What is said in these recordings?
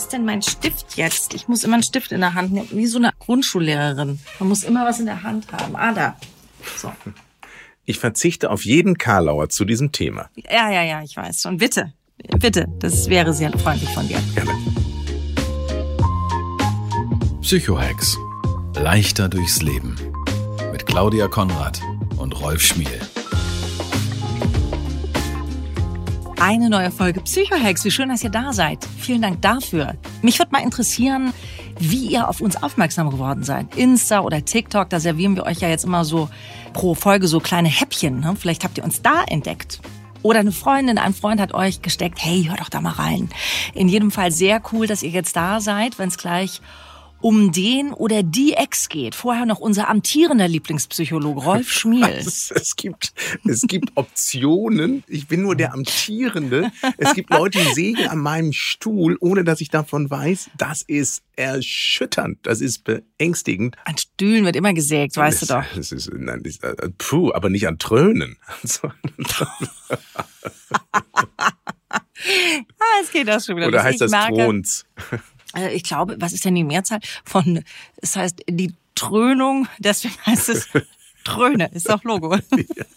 ist denn mein Stift jetzt? Ich muss immer einen Stift in der Hand nehmen, wie so eine Grundschullehrerin. Man muss immer was in der Hand haben. Da. So. Ich verzichte auf jeden Karlauer zu diesem Thema. Ja, ich weiß schon. Bitte, das wäre sehr freundlich von dir. Gerne. Psychohex. Leichter durchs Leben. Mit Claudia Konrad und Rolf Schmiel. Eine neue Folge Psychohex. Wie schön, dass ihr da seid. Vielen Dank dafür. Mich würde mal interessieren, wie ihr auf uns aufmerksam geworden seid. Insta oder TikTok, da servieren wir euch ja jetzt immer so pro Folge so kleine Häppchen. Ne? Vielleicht habt ihr uns da entdeckt. Oder eine Freundin, ein Freund hat euch gesteckt, hey, hör doch da mal rein. In jedem Fall sehr cool, dass ihr jetzt da seid, wenn es gleich um den oder die Ex geht. Vorher noch unser amtierender Lieblingspsychologe Rolf Schmiel. Es gibt Optionen. Ich bin nur der Amtierende. Es gibt Leute, die sägen an meinem Stuhl, ohne dass ich davon weiß. Das ist erschütternd. Das ist beängstigend. An Stühlen wird immer gesägt, weißt du doch. Aber nicht an Trönen. Es geht das schon wieder. Oder heißt das Throns? Ich glaube, was ist denn die Mehrzahl von, es heißt die Trönung, deswegen heißt es Tröne, ist doch Logo. Ja.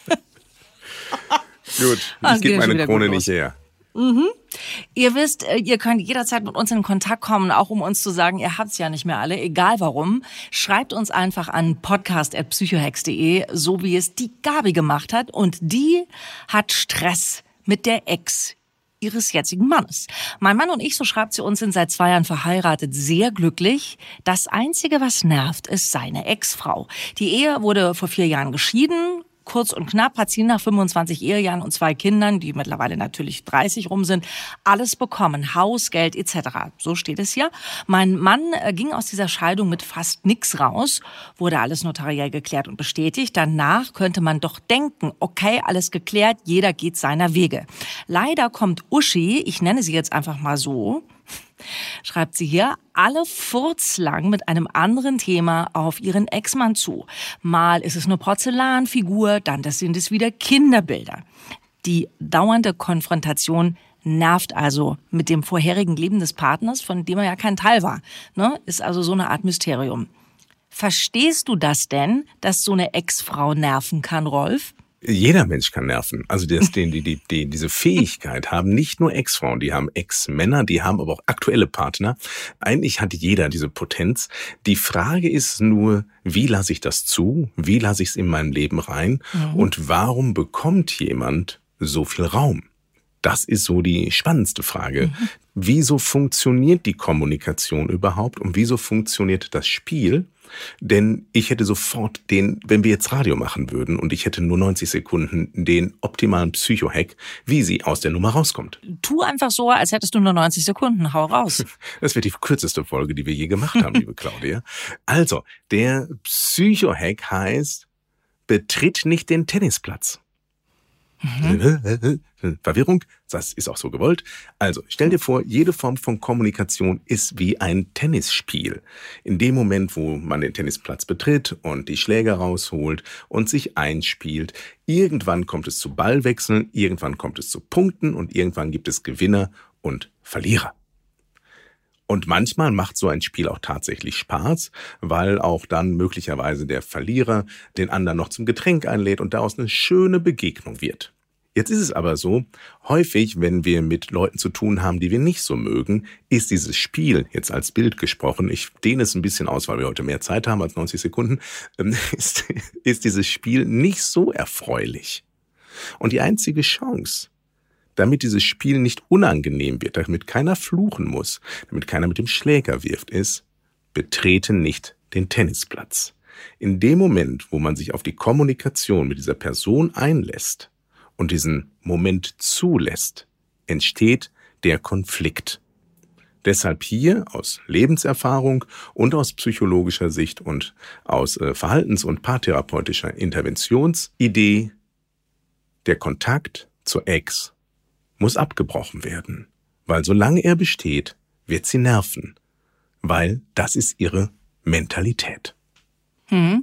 Gut, ich gebe meine Krone nicht her. Mhm. Ihr wisst, ihr könnt jederzeit mit uns in Kontakt kommen, auch um uns zu sagen, ihr habt's ja nicht mehr alle, egal warum. Schreibt uns einfach an podcast@psychohex.de, so wie es die Gabi gemacht hat. Und die hat Stress mit der Ex ihres jetzigen Mannes. Mein Mann und ich, so schreibt sie uns, sind seit 2 Jahren verheiratet, sehr glücklich. Das Einzige, was nervt, ist seine Ex-Frau. Die Ehe wurde vor 4 Jahren geschieden. Kurz und knapp hat sie nach 25 Ehejahren und 2 Kindern, die mittlerweile natürlich 30 rum sind, alles bekommen. Haus, Geld etc. So steht es hier. Mein Mann ging aus dieser Scheidung mit fast nix raus, wurde alles notariell geklärt und bestätigt. Danach könnte man doch denken, okay, alles geklärt, jeder geht seiner Wege. Leider kommt Uschi, ich nenne sie jetzt einfach mal so, schreibt sie hier, alle furzlang mit einem anderen Thema auf ihren Ex-Mann zu. Mal ist es eine Porzellanfigur, dann sind es wieder Kinderbilder. Die dauernde Konfrontation nervt also mit dem vorherigen Leben des Partners, von dem er ja kein Teil war. Ne? Ist also so eine Art Mysterium. Verstehst du das denn, dass so eine Ex-Frau nerven kann, Rolf? Jeder Mensch kann nerven. Also die diese Fähigkeit haben nicht nur Ex-Frauen, die haben Ex-Männer, die haben aber auch aktuelle Partner. Eigentlich hat jeder diese Potenz. Die Frage ist nur, wie lasse ich das zu? Wie lasse ich es in mein Leben rein? Und warum bekommt jemand so viel Raum? Das ist so die spannendste Frage. Wieso funktioniert die Kommunikation überhaupt und wieso funktioniert das Spiel? Denn ich hätte sofort wenn wir jetzt Radio machen würden und ich hätte nur 90 Sekunden, den optimalen Psycho-Hack, wie sie aus der Nummer rauskommt. Tu einfach so, als hättest du nur 90 Sekunden. Hau raus. Das wird die kürzeste Folge, die wir je gemacht haben, liebe Claudia. Also, der Psycho-Hack heißt, betritt nicht den Tennisplatz. Verwirrung, das ist auch so gewollt. Also, stell dir vor, jede Form von Kommunikation ist wie ein Tennisspiel. In dem Moment, wo man den Tennisplatz betritt und die Schläger rausholt und sich einspielt, irgendwann kommt es zu Ballwechseln, irgendwann kommt es zu Punkten und irgendwann gibt es Gewinner und Verlierer. Und manchmal macht so ein Spiel auch tatsächlich Spaß, weil auch dann möglicherweise der Verlierer den anderen noch zum Getränk einlädt und daraus eine schöne Begegnung wird. Jetzt ist es aber so, häufig, wenn wir mit Leuten zu tun haben, die wir nicht so mögen, ist dieses Spiel, jetzt als Bild gesprochen, ich dehne es ein bisschen aus, weil wir heute mehr Zeit haben als 90 Sekunden, ist dieses Spiel nicht so erfreulich. Und die einzige Chance, damit dieses Spiel nicht unangenehm wird, damit keiner fluchen muss, damit keiner mit dem Schläger wirft, ist, betrete nicht den Tennisplatz. In dem Moment, wo man sich auf die Kommunikation mit dieser Person einlässt und diesen Moment zulässt, entsteht der Konflikt. Deshalb hier aus Lebenserfahrung und aus psychologischer Sicht und aus verhaltens- und paartherapeutischer Interventionsidee, der Kontakt zur Ex muss abgebrochen werden, weil solange er besteht, wird sie nerven, weil das ist ihre Mentalität.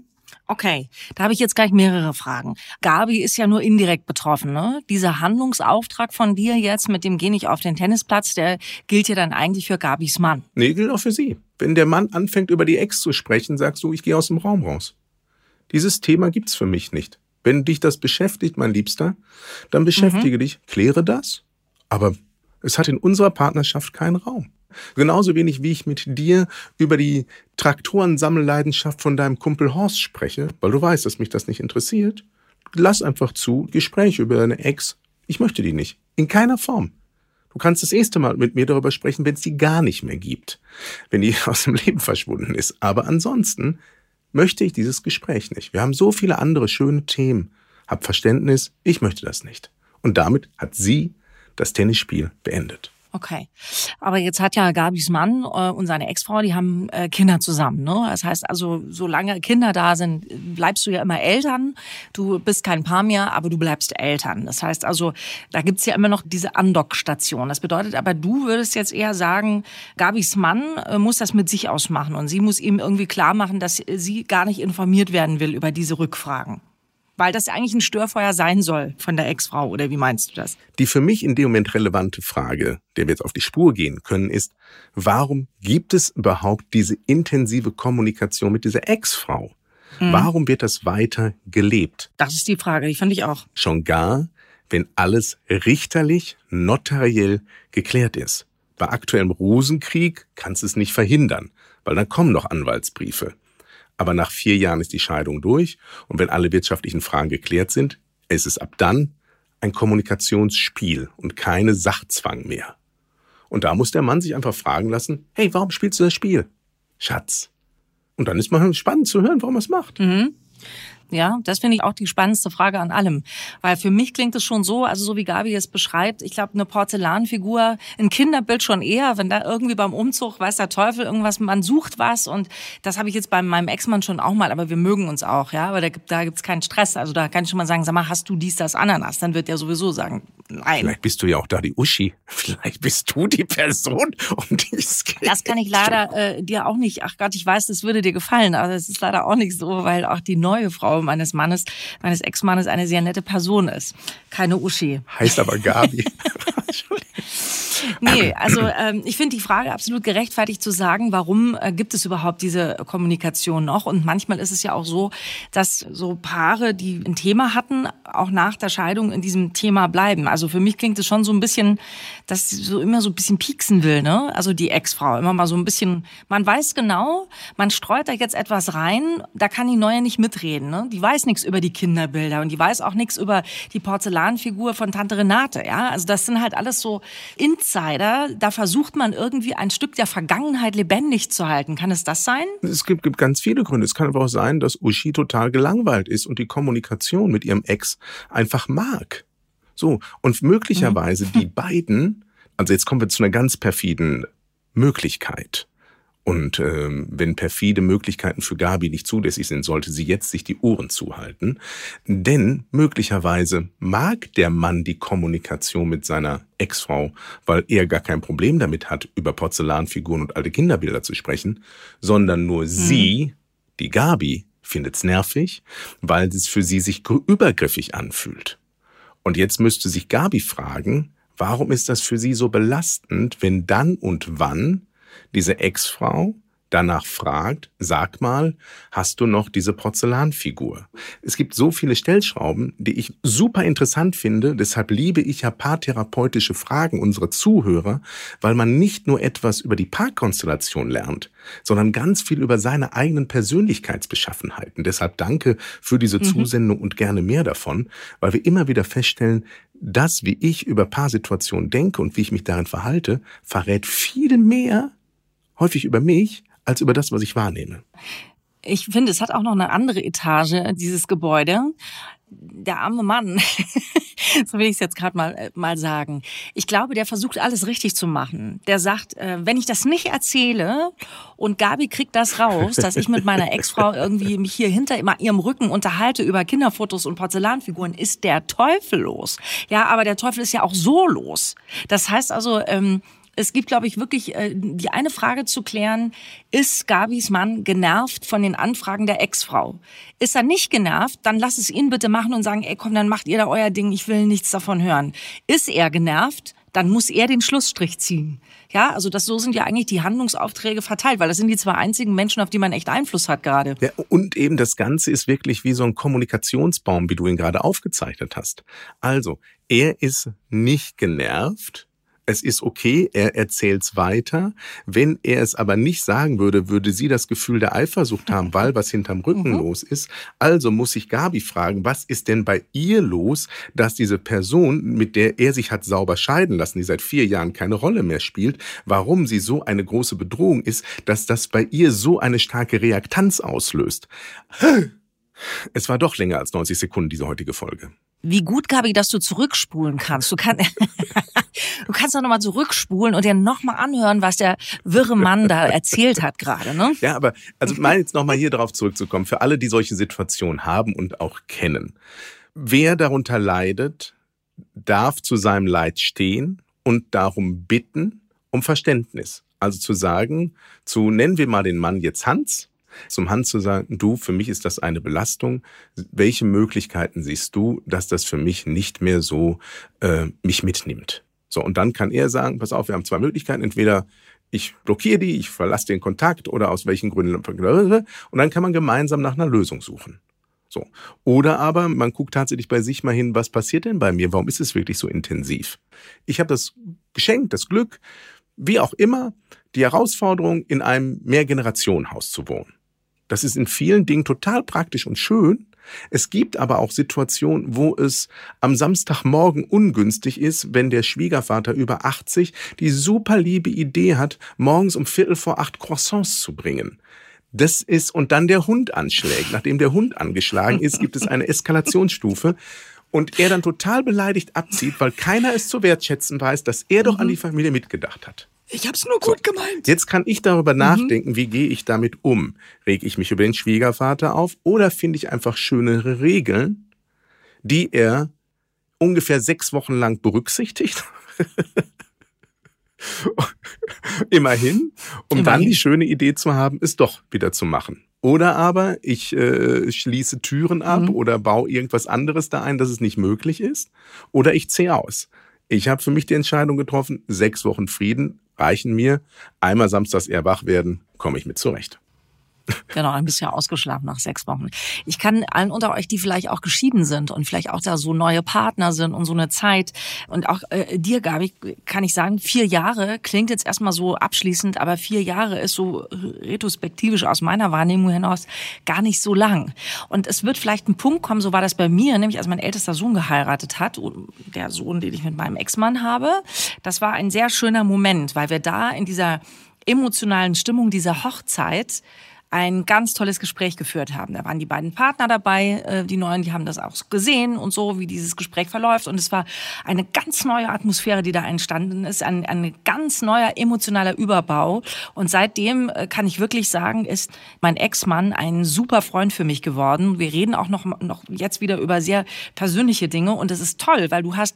Okay, da habe ich jetzt gleich mehrere Fragen. Gabi ist ja nur indirekt betroffen, ne? Dieser Handlungsauftrag von dir jetzt mit dem Geh nicht auf den Tennisplatz, der gilt ja dann eigentlich für Gabis Mann. Nee, gilt auch für sie. Wenn der Mann anfängt, über die Ex zu sprechen, sagst du, ich gehe aus dem Raum raus. Dieses Thema gibt's für mich nicht. Wenn dich das beschäftigt, mein Liebster, dann beschäftige dich, kläre das. Aber es hat in unserer Partnerschaft keinen Raum. Genauso wenig, wie ich mit dir über die Traktorensammelleidenschaft von deinem Kumpel Horst spreche, weil du weißt, dass mich das nicht interessiert. Lass einfach zu, Gespräche über deine Ex. Ich möchte die nicht. In keiner Form. Du kannst das erste Mal mit mir darüber sprechen, wenn es die gar nicht mehr gibt. Wenn die aus dem Leben verschwunden ist. Aber ansonsten möchte ich dieses Gespräch nicht. Wir haben so viele andere schöne Themen. Hab Verständnis, ich möchte das nicht. Und damit hat sie das Tennisspiel beendet. Okay, aber jetzt hat ja Gabis Mann und seine Ex-Frau, die haben Kinder zusammen, ne? Das heißt also, solange Kinder da sind, bleibst du ja immer Eltern. Du bist kein Paar mehr, aber du bleibst Eltern. Das heißt also, da gibt's ja immer noch diese Andockstation. Das bedeutet aber, du würdest jetzt eher sagen, Gabis Mann muss das mit sich ausmachen und sie muss ihm irgendwie klar machen, dass sie gar nicht informiert werden will über diese Rückfragen. Weil das eigentlich ein Störfeuer sein soll von der Ex-Frau, oder wie meinst du das? Die für mich in dem Moment relevante Frage, der wir jetzt auf die Spur gehen können, ist, warum gibt es überhaupt diese intensive Kommunikation mit dieser Ex-Frau? Warum wird das weiter gelebt? Das ist die Frage, die fand ich auch. Schon gar, wenn alles richterlich, notariell geklärt ist. Bei aktuellem Rosenkrieg kannst du es nicht verhindern, weil dann kommen noch Anwaltsbriefe. Aber nach 4 Jahren ist die Scheidung durch und wenn alle wirtschaftlichen Fragen geklärt sind, ist es ab dann ein Kommunikationsspiel und keine Sachzwang mehr. Und da muss der Mann sich einfach fragen lassen, hey, warum spielst du das Spiel? Schatz. Und dann ist mal spannend zu hören, warum er es macht. Ja, das finde ich auch die spannendste Frage an allem. Weil für mich klingt es schon so, also so wie Gabi es beschreibt, ich glaube, eine Porzellanfigur, ein Kinderbild schon eher, wenn da irgendwie beim Umzug, weiß der Teufel, irgendwas, man sucht was und das habe ich jetzt bei meinem Ex-Mann schon auch mal, aber wir mögen uns auch, ja, aber da gibt's keinen Stress. Also da kann ich schon mal sagen, sag mal, hast du dies, das, Ananas? Dann wird der sowieso sagen, nein. Vielleicht bist du ja auch da die Uschi. Vielleicht bist du die Person, um die es geht. Das kann ich leider dir auch nicht. Ach Gott, ich weiß, das würde dir gefallen, aber es ist leider auch nicht so, weil auch die neue Frau meines Ex-Mannes eine sehr nette Person ist. Keine Uschi. Heißt aber Gabi. Nee, also ich finde die Frage absolut gerechtfertigt zu sagen, warum gibt es überhaupt diese Kommunikation noch? Und manchmal ist es ja auch so, dass so Paare, die ein Thema hatten, auch nach der Scheidung in diesem Thema bleiben. Also für mich klingt es schon so ein bisschen, dass sie so immer so ein bisschen pieksen will, ne? Also die Ex-Frau immer mal so ein bisschen, man weiß genau, man streut da jetzt etwas rein, da kann die Neue nicht mitreden, ne? Die weiß nichts über die Kinderbilder und die weiß auch nichts über die Porzellanfigur von Tante Renate, ja? Also das sind halt alles so Insider, da versucht man irgendwie ein Stück der Vergangenheit lebendig zu halten. Kann es das sein? Es gibt ganz viele Gründe. Es kann aber auch sein, dass Uschi total gelangweilt ist und die Kommunikation mit ihrem Ex einfach mag. So, und möglicherweise die beiden, also jetzt kommen wir zu einer ganz perfiden Möglichkeit. Und wenn perfide Möglichkeiten für Gabi nicht zulässig sind, sollte sie jetzt sich die Ohren zuhalten. Denn möglicherweise mag der Mann die Kommunikation mit seiner Ex-Frau, weil er gar kein Problem damit hat, über Porzellanfiguren und alte Kinderbilder zu sprechen, sondern nur sie, die Gabi, findet's nervig, weil es für sie sich übergriffig anfühlt. Und jetzt müsste sich Gabi fragen, warum ist das für sie so belastend, wenn dann und wann diese Ex-Frau danach fragt, sag mal, hast du noch diese Porzellanfigur? Es gibt so viele Stellschrauben, die ich super interessant finde. Deshalb liebe ich ja paartherapeutische Fragen unserer Zuhörer, weil man nicht nur etwas über die Paarkonstellation lernt, sondern ganz viel über seine eigenen Persönlichkeitsbeschaffenheiten. Deshalb danke für diese Zusendung und gerne mehr davon, weil wir immer wieder feststellen, das, wie ich über Paarsituationen denke und wie ich mich darin verhalte, verrät viel mehr, häufig über mich, als über das, was ich wahrnehme. Ich finde, es hat auch noch eine andere Etage, dieses Gebäude. Der arme Mann, so will ich es jetzt gerade mal sagen. Ich glaube, der versucht, alles richtig zu machen. Der sagt, wenn ich das nicht erzähle und Gabi kriegt das raus, dass ich mit meiner Ex-Frau irgendwie mich hier hinter ihrem Rücken unterhalte über Kinderfotos und Porzellanfiguren, ist der Teufel los. Ja, aber der Teufel ist ja auch so los. Das heißt also, Es gibt, glaube ich, wirklich die eine Frage zu klären, ist Gabis Mann genervt von den Anfragen der Ex-Frau? Ist er nicht genervt, dann lass es ihn bitte machen und sagen, ey komm, dann macht ihr da euer Ding, ich will nichts davon hören. Ist er genervt, dann muss er den Schlussstrich ziehen. Ja, also so sind ja eigentlich die Handlungsaufträge verteilt, weil das sind die zwei einzigen Menschen, auf die man echt Einfluss hat gerade. Ja, und eben das Ganze ist wirklich wie so ein Kommunikationsbaum, wie du ihn gerade aufgezeichnet hast. Also, er ist nicht genervt. Es ist okay, er erzählt's weiter. Wenn er es aber nicht sagen würde, würde sie das Gefühl der Eifersucht haben, weil was hinterm Rücken los ist. Also muss sich Gabi fragen, was ist denn bei ihr los, dass diese Person, mit der er sich hat sauber scheiden lassen, die seit 4 Jahren keine Rolle mehr spielt, warum sie so eine große Bedrohung ist, dass das bei ihr so eine starke Reaktanz auslöst. Es war doch länger als 90 Sekunden, diese heutige Folge. Wie gut, Gabi, dass du zurückspulen kannst. Du kannst doch nochmal zurückspulen und dir nochmal anhören, was der wirre Mann da erzählt hat gerade, ne? Ja, aber also mal jetzt nochmal hier darauf zurückzukommen, für alle, die solche Situationen haben und auch kennen. Wer darunter leidet, darf zu seinem Leid stehen und darum bitten, um Verständnis. Also zu sagen, nennen wir mal den Mann jetzt Hans, zum Hans zu sagen, du, für mich ist das eine Belastung. Welche Möglichkeiten siehst du, dass das für mich nicht mehr so mich mitnimmt? So, und dann kann er sagen, pass auf, wir haben 2 Möglichkeiten. Entweder ich blockiere die, ich verlasse den Kontakt oder aus welchen Gründen. Und dann kann man gemeinsam nach einer Lösung suchen. So. Oder aber man guckt tatsächlich bei sich mal hin, was passiert denn bei mir? Warum ist es wirklich so intensiv? Ich habe das Geschenk, das Glück, wie auch immer, die Herausforderung, in einem Mehrgenerationenhaus zu wohnen. Das ist in vielen Dingen total praktisch und schön. Es gibt aber auch Situationen, wo es am Samstagmorgen ungünstig ist, wenn der Schwiegervater über 80 die super liebe Idee hat, morgens um 7:45 Croissants zu bringen. Das ist, und dann der Hund anschlägt. Nachdem der Hund angeschlagen ist, gibt es eine Eskalationsstufe. Und er dann total beleidigt abzieht, weil keiner es zu wertschätzen weiß, dass er doch an die Familie mitgedacht hat. Ich hab's nur gut gemeint. Jetzt kann ich darüber nachdenken, wie gehe ich damit um? Reg ich mich über den Schwiegervater auf oder finde ich einfach schönere Regeln, die er ungefähr 6 Wochen lang berücksichtigt? Immerhin, dann die schöne Idee zu haben, es doch wieder zu machen. Oder aber ich schließe Türen ab oder baue irgendwas anderes da ein, dass es nicht möglich ist. Oder ich ziehe aus. Ich habe für mich die Entscheidung getroffen, 6 Wochen Frieden reichen mir. Einmal samstags eher wach werden, komme ich mit zurecht. Genau, ein bisschen ausgeschlafen nach 6 Wochen. Ich kann allen unter euch, die vielleicht auch geschieden sind und vielleicht auch da so neue Partner sind und so eine Zeit und auch dir, Gabi, kann ich sagen, 4 Jahre klingt jetzt erstmal so abschließend, aber 4 Jahre ist so retrospektivisch aus meiner Wahrnehmung hinaus gar nicht so lang. Und es wird vielleicht ein Punkt kommen, so war das bei mir, nämlich als mein ältester Sohn geheiratet hat, der Sohn, den ich mit meinem Ex-Mann habe. Das war ein sehr schöner Moment, weil wir da in dieser emotionalen Stimmung dieser Hochzeit ein ganz tolles Gespräch geführt haben. Da waren die beiden Partner dabei, die Neuen, die haben das auch gesehen und so, wie dieses Gespräch verläuft. Und es war eine ganz neue Atmosphäre, die da entstanden ist, ein ganz neuer emotionaler Überbau. Und seitdem kann ich wirklich sagen, ist mein Ex-Mann ein super Freund für mich geworden. Wir reden auch noch jetzt wieder über sehr persönliche Dinge. Und es ist toll, weil du hast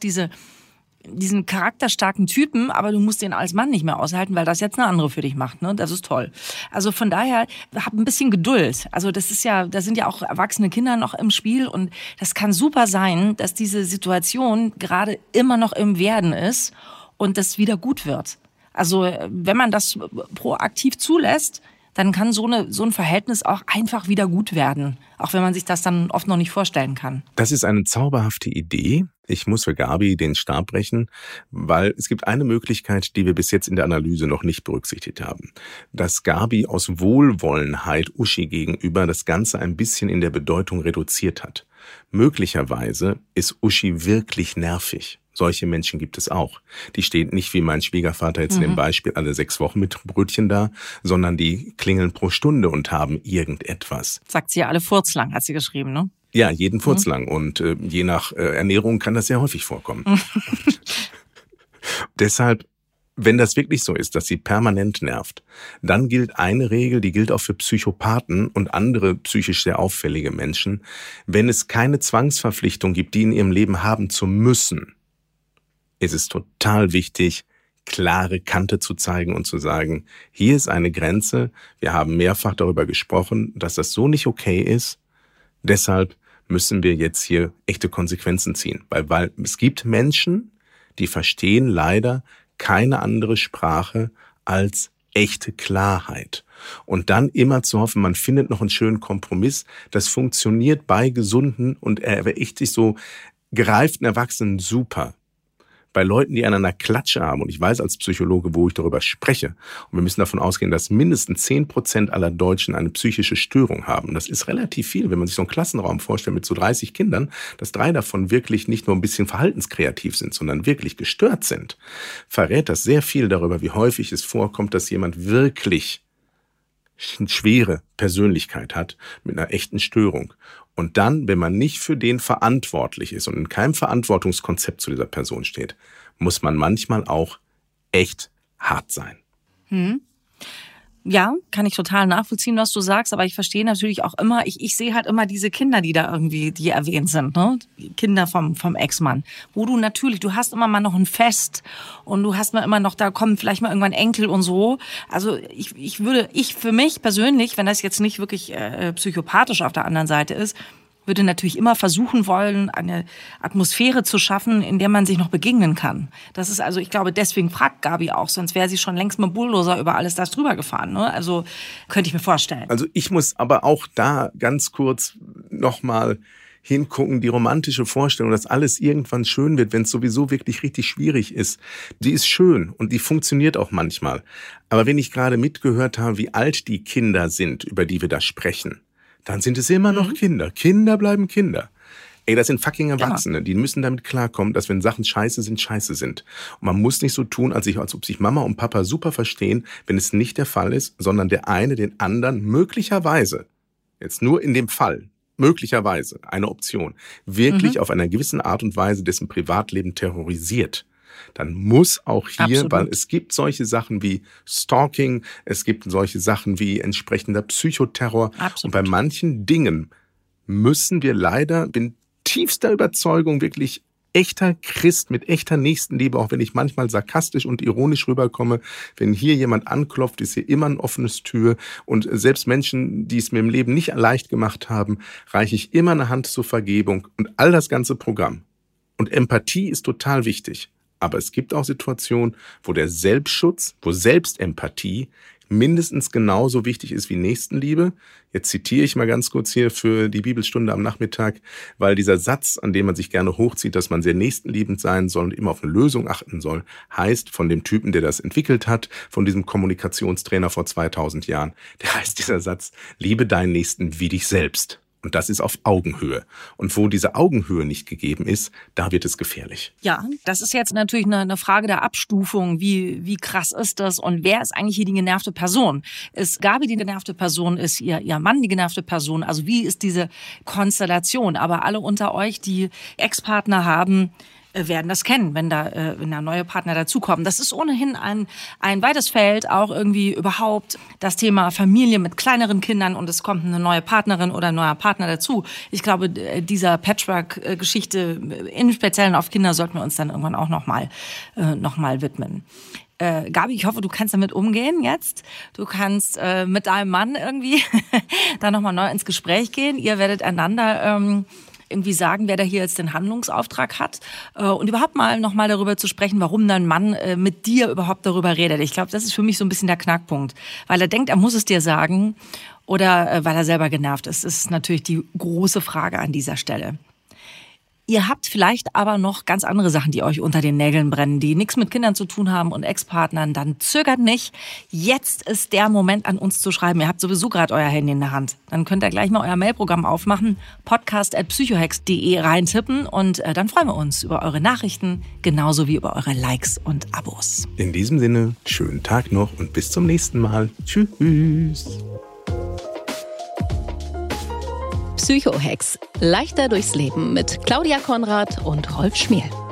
diesen charakterstarken Typen, aber du musst den als Mann nicht mehr aushalten, weil das jetzt eine andere für dich macht, ne? Das ist toll. Also von daher, hab ein bisschen Geduld. Also da sind ja auch erwachsene Kinder noch im Spiel und das kann super sein, dass diese Situation gerade immer noch im Werden ist und das wieder gut wird. Also wenn man das proaktiv zulässt, dann kann so ein Verhältnis auch einfach wieder gut werden. Auch wenn man sich das dann oft noch nicht vorstellen kann. Das ist eine zauberhafte Idee. Ich muss für Gabi den Stab brechen, weil es gibt eine Möglichkeit, die wir bis jetzt in der Analyse noch nicht berücksichtigt haben. Dass Gabi aus Wohlwollenheit Uschi gegenüber das Ganze ein bisschen in der Bedeutung reduziert hat. Möglicherweise ist Uschi wirklich nervig. Solche Menschen gibt es auch. Die stehen nicht wie mein Schwiegervater jetzt in dem Beispiel alle 6 Wochen mit Brötchen da, sondern die klingeln pro Stunde und haben irgendetwas. Sagt sie ja alle furzlang, hat sie geschrieben, ne? Ja, jeden furzlang. Und je nach Ernährung kann das sehr häufig vorkommen. Deshalb, wenn das wirklich so ist, dass sie permanent nervt, dann gilt eine Regel, die gilt auch für Psychopathen und andere psychisch sehr auffällige Menschen. Wenn es keine Zwangsverpflichtung gibt, die in ihrem Leben haben zu müssen, ist es total wichtig, klare Kante zu zeigen und zu sagen, hier ist eine Grenze, wir haben mehrfach darüber gesprochen, dass das so nicht okay ist, deshalb müssen wir jetzt hier echte Konsequenzen ziehen. Weil es gibt Menschen, die verstehen leider keine andere Sprache als echte Klarheit. Und dann immer zu hoffen, man findet noch einen schönen Kompromiss, das funktioniert bei gesunden und echt sich so gereiften Erwachsenen super. Bei Leuten, die einander Klatsche haben, und ich weiß als Psychologe, wo ich darüber spreche, und wir müssen davon ausgehen, dass mindestens 10% aller Deutschen eine psychische Störung haben. Das ist relativ viel, wenn man sich so einen Klassenraum vorstellt mit so 30 Kindern, dass 3 davon wirklich nicht nur ein bisschen verhaltenskreativ sind, sondern wirklich gestört sind, verrät das sehr viel darüber, wie häufig es vorkommt, dass jemand wirklich eine schwere Persönlichkeit hat mit einer echten Störung. Und dann, wenn man nicht für den verantwortlich ist und in keinem Verantwortungskonzept zu dieser Person steht, muss man manchmal auch echt hart sein. Ja, kann ich total nachvollziehen, was du sagst, aber ich verstehe natürlich auch immer, ich sehe halt immer diese Kinder, die da irgendwie, die erwähnt sind, ne? Die Kinder vom Ex-Mann, wo du hast immer mal noch ein Fest und du hast mal immer noch, da kommen vielleicht mal irgendwann Enkel und so. Also ich für mich persönlich, wenn das jetzt nicht wirklich psychopathisch auf der anderen Seite ist, würde natürlich immer versuchen wollen, eine Atmosphäre zu schaffen, in der man sich noch begegnen kann. Das ist also, ich glaube, deswegen fragt Gabi auch, sonst wäre sie schon längst mit dem Bulldozer über alles das drüber gefahren. Ne? Also könnte ich mir vorstellen. Also ich muss aber auch da ganz kurz nochmal hingucken, die romantische Vorstellung, dass alles irgendwann schön wird, wenn es sowieso wirklich richtig schwierig ist. Die ist schön und die funktioniert auch manchmal. Aber wenn ich gerade mitgehört habe, wie alt die Kinder sind, über die wir da sprechen, dann sind es immer noch Kinder. Kinder bleiben Kinder. Ey, das sind fucking Erwachsene. Die müssen damit klarkommen, dass wenn Sachen scheiße sind, scheiße sind. Und man muss nicht so tun, als ob sich Mama und Papa super verstehen, wenn es nicht der Fall ist, sondern der eine den anderen möglicherweise, jetzt nur in dem Fall, möglicherweise eine Option, wirklich auf einer gewissen Art und Weise dessen Privatleben terrorisiert. Dann muss auch hier, Absolut. Weil es gibt solche Sachen wie Stalking, es gibt solche Sachen wie entsprechender Psychoterror. Absolut. Und bei manchen Dingen müssen wir leider, bin tiefster Überzeugung, wirklich echter Christ mit echter Nächstenliebe, auch wenn ich manchmal sarkastisch und ironisch rüberkomme, wenn hier jemand anklopft, ist hier immer ein offenes Tür und selbst Menschen, die es mir im Leben nicht leicht gemacht haben, reiche ich immer eine Hand zur Vergebung und all das ganze Programm. Und Empathie ist total wichtig. Aber es gibt auch Situationen, wo der Selbstschutz, wo Selbstempathie mindestens genauso wichtig ist wie Nächstenliebe. Jetzt zitiere ich mal ganz kurz hier für die Bibelstunde am Nachmittag, weil dieser Satz, an dem man sich gerne hochzieht, dass man sehr nächstenliebend sein soll und immer auf eine Lösung achten soll, heißt von dem Typen, der das entwickelt hat, von diesem Kommunikationstrainer vor 2000 Jahren, der heißt dieser Satz, liebe deinen Nächsten wie dich selbst. Und das ist auf Augenhöhe. Und wo diese Augenhöhe nicht gegeben ist, da wird es gefährlich. Ja, das ist jetzt natürlich eine Frage der Abstufung. Wie krass ist das? Und wer ist eigentlich hier die genervte Person? Ist Gabi die genervte Person? Ist ihr Mann die genervte Person? Also wie ist diese Konstellation? Aber alle unter euch, die Ex-Partner haben, werden das kennen, wenn da neue Partner dazukommen. Das ist ohnehin ein weites Feld, auch irgendwie überhaupt das Thema Familie mit kleineren Kindern und es kommt eine neue Partnerin oder ein neuer Partner dazu. Ich glaube, dieser Patchwork-Geschichte, im Speziellen auf Kinder, sollten wir uns dann irgendwann auch noch mal widmen. Gabi, ich hoffe, du kannst damit umgehen jetzt. Du kannst mit deinem Mann irgendwie da nochmal neu ins Gespräch gehen. Ihr werdet einander irgendwie sagen, wer da hier jetzt den Handlungsauftrag hat und überhaupt mal nochmal darüber zu sprechen, warum dein Mann mit dir überhaupt darüber redet. Ich glaube, das ist für mich so ein bisschen der Knackpunkt, weil er denkt, er muss es dir sagen oder weil er selber genervt ist. Das ist natürlich die große Frage an dieser Stelle. Ihr habt vielleicht aber noch ganz andere Sachen, die euch unter den Nägeln brennen, die nichts mit Kindern zu tun haben und Ex-Partnern. Dann zögert nicht. Jetzt ist der Moment, an uns zu schreiben. Ihr habt sowieso gerade euer Handy in der Hand. Dann könnt ihr gleich mal euer Mailprogramm aufmachen, podcast@psychohex.de reintippen und dann freuen wir uns über eure Nachrichten, genauso wie über eure Likes und Abos. In diesem Sinne, schönen Tag noch und bis zum nächsten Mal. Tschüss. Psychohex. Leichter durchs Leben mit Claudia Konrad und Rolf Schmiel.